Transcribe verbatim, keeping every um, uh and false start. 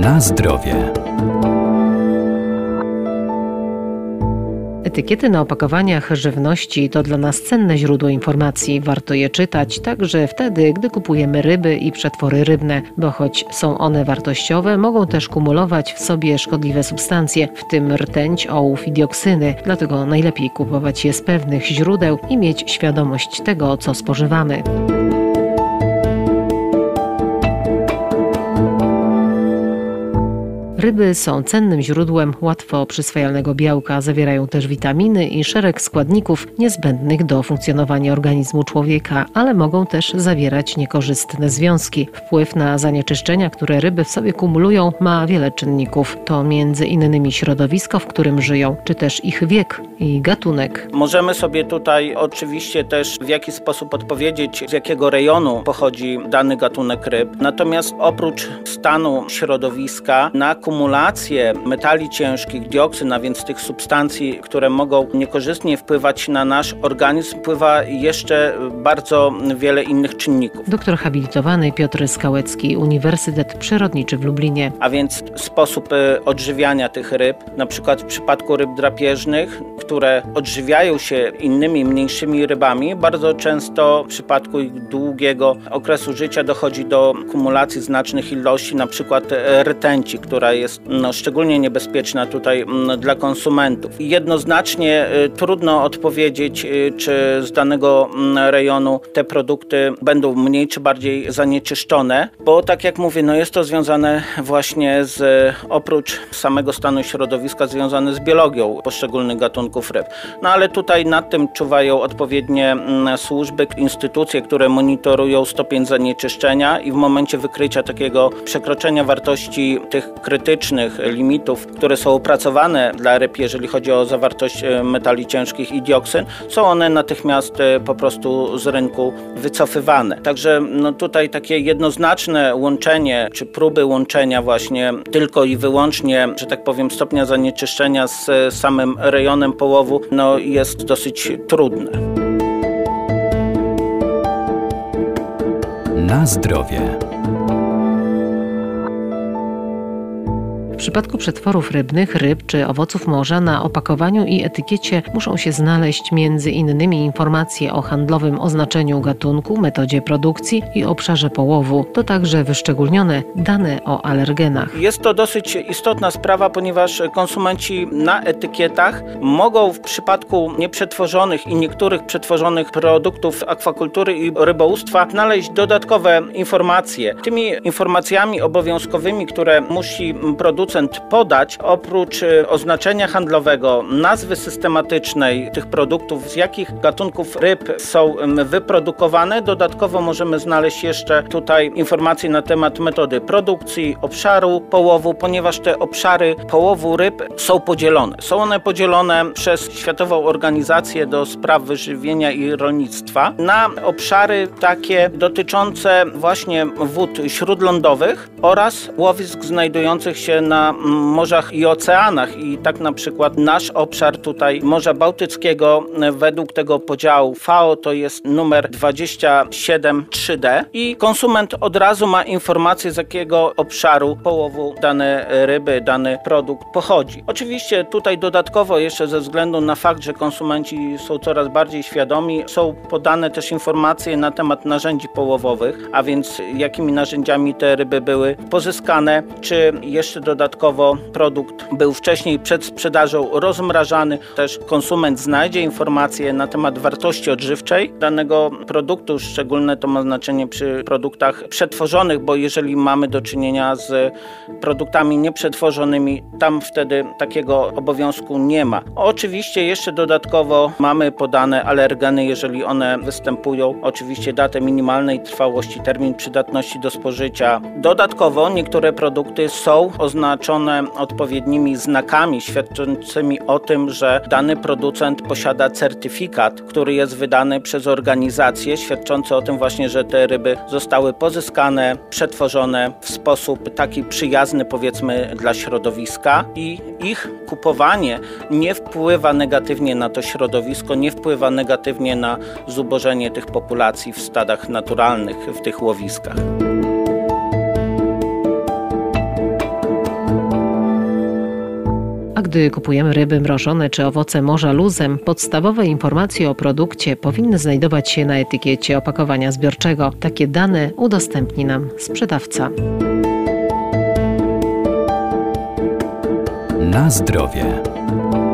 Na zdrowie. Etykiety na opakowaniach żywności to dla nas cenne źródło informacji. Warto je czytać także wtedy, gdy kupujemy ryby i przetwory rybne, bo choć są one wartościowe, mogą też kumulować w sobie szkodliwe substancje, w tym rtęć, ołów i dioksyny. Dlatego najlepiej kupować je z pewnych źródeł i mieć świadomość tego, co spożywamy. Ryby są cennym źródłem łatwo przyswajalnego białka, zawierają też witaminy i szereg składników niezbędnych do funkcjonowania organizmu człowieka, ale mogą też zawierać niekorzystne związki. Wpływ na zanieczyszczenia, które ryby w sobie kumulują, ma wiele czynników. To między innymi środowisko, w którym żyją, czy też ich wiek i gatunek. Możemy sobie tutaj oczywiście też w jakiś sposób odpowiedzieć, z jakiego rejonu pochodzi dany gatunek ryb. Natomiast oprócz stanu środowiska, na akumulację metali ciężkich, dioksyn, a więc tych substancji, które mogą niekorzystnie wpływać na nasz organizm, wpływa jeszcze bardzo wiele innych czynników. Doktor habilitowany Piotr Skałecki, Uniwersytet Przyrodniczy w Lublinie. A więc sposób odżywiania tych ryb, na przykład w przypadku ryb drapieżnych, które odżywiają się innymi, mniejszymi rybami, bardzo często w przypadku ich długiego okresu życia dochodzi do kumulacji znacznych ilości, na przykład rtęci, która jest no, szczególnie niebezpieczna tutaj no, dla konsumentów. Jednoznacznie y, trudno odpowiedzieć, y, czy z danego y, rejonu te produkty będą mniej czy bardziej zanieczyszczone, bo tak jak mówię, no, jest to związane właśnie z, oprócz samego stanu środowiska, związane z biologią poszczególnych gatunków ryb. No ale tutaj nad tym czuwają odpowiednie y, służby, instytucje, które monitorują stopień zanieczyszczenia i w momencie wykrycia takiego przekroczenia wartości tych krytycznych limitów, które są opracowane dla ryb, jeżeli chodzi o zawartość metali ciężkich i dioksyn, są one natychmiast po prostu z rynku wycofywane. Także no tutaj takie jednoznaczne łączenie, czy próby łączenia właśnie tylko i wyłącznie, że tak powiem, stopnia zanieczyszczenia z samym rejonem połowu, no jest dosyć trudne. Na zdrowie. W przypadku przetworów rybnych, ryb czy owoców morza na opakowaniu i etykiecie muszą się znaleźć między innymi informacje o handlowym oznaczeniu gatunku, metodzie produkcji i obszarze połowu. To także wyszczególnione dane o alergenach. Jest to dosyć istotna sprawa, ponieważ konsumenci na etykietach mogą w przypadku nieprzetworzonych i niektórych przetworzonych produktów akwakultury i rybołówstwa znaleźć dodatkowe informacje. Tymi informacjami obowiązkowymi, które musi producent podać, oprócz oznaczenia handlowego, nazwy systematycznej tych produktów, z jakich gatunków ryb są wyprodukowane, dodatkowo możemy znaleźć jeszcze tutaj informacje na temat metody produkcji, obszaru połowu, ponieważ te obszary połowu ryb są podzielone. Są one podzielone przez Światową Organizację do Spraw Wyżywienia i Rolnictwa na obszary takie dotyczące właśnie wód śródlądowych oraz łowisk znajdujących się na na morzach i oceanach i tak na przykład nasz obszar tutaj Morza Bałtyckiego według tego podziału F A O to jest numer dwadzieścia siedem trzy D i konsument od razu ma informację, z jakiego obszaru połowu dane ryby, dany produkt pochodzi. Oczywiście tutaj dodatkowo jeszcze ze względu na fakt, że konsumenci są coraz bardziej świadomi, są podane też informacje na temat narzędzi połowowych, a więc jakimi narzędziami te ryby były pozyskane, czy jeszcze dodatkowo produkt był wcześniej przed sprzedażą rozmrażany. Też konsument znajdzie informacje na temat wartości odżywczej danego produktu. Szczególne to ma znaczenie przy produktach przetworzonych, bo jeżeli mamy do czynienia z produktami nieprzetworzonymi, tam wtedy takiego obowiązku nie ma. Oczywiście jeszcze dodatkowo mamy podane alergeny, jeżeli one występują. Oczywiście datę minimalnej trwałości, termin przydatności do spożycia. Dodatkowo niektóre produkty są oznaczone odpowiednimi znakami świadczącymi o tym, że dany producent posiada certyfikat, który jest wydany przez organizację, świadczący o tym właśnie, że te ryby zostały pozyskane, przetworzone w sposób taki przyjazny, powiedzmy, dla środowiska i ich kupowanie nie wpływa negatywnie na to środowisko, nie wpływa negatywnie na zubożenie tych populacji w stadach naturalnych, w tych łowiskach. A gdy kupujemy ryby mrożone czy owoce morza luzem, podstawowe informacje o produkcie powinny znajdować się na etykiecie opakowania zbiorczego. Takie dane udostępni nam sprzedawca. Na zdrowie.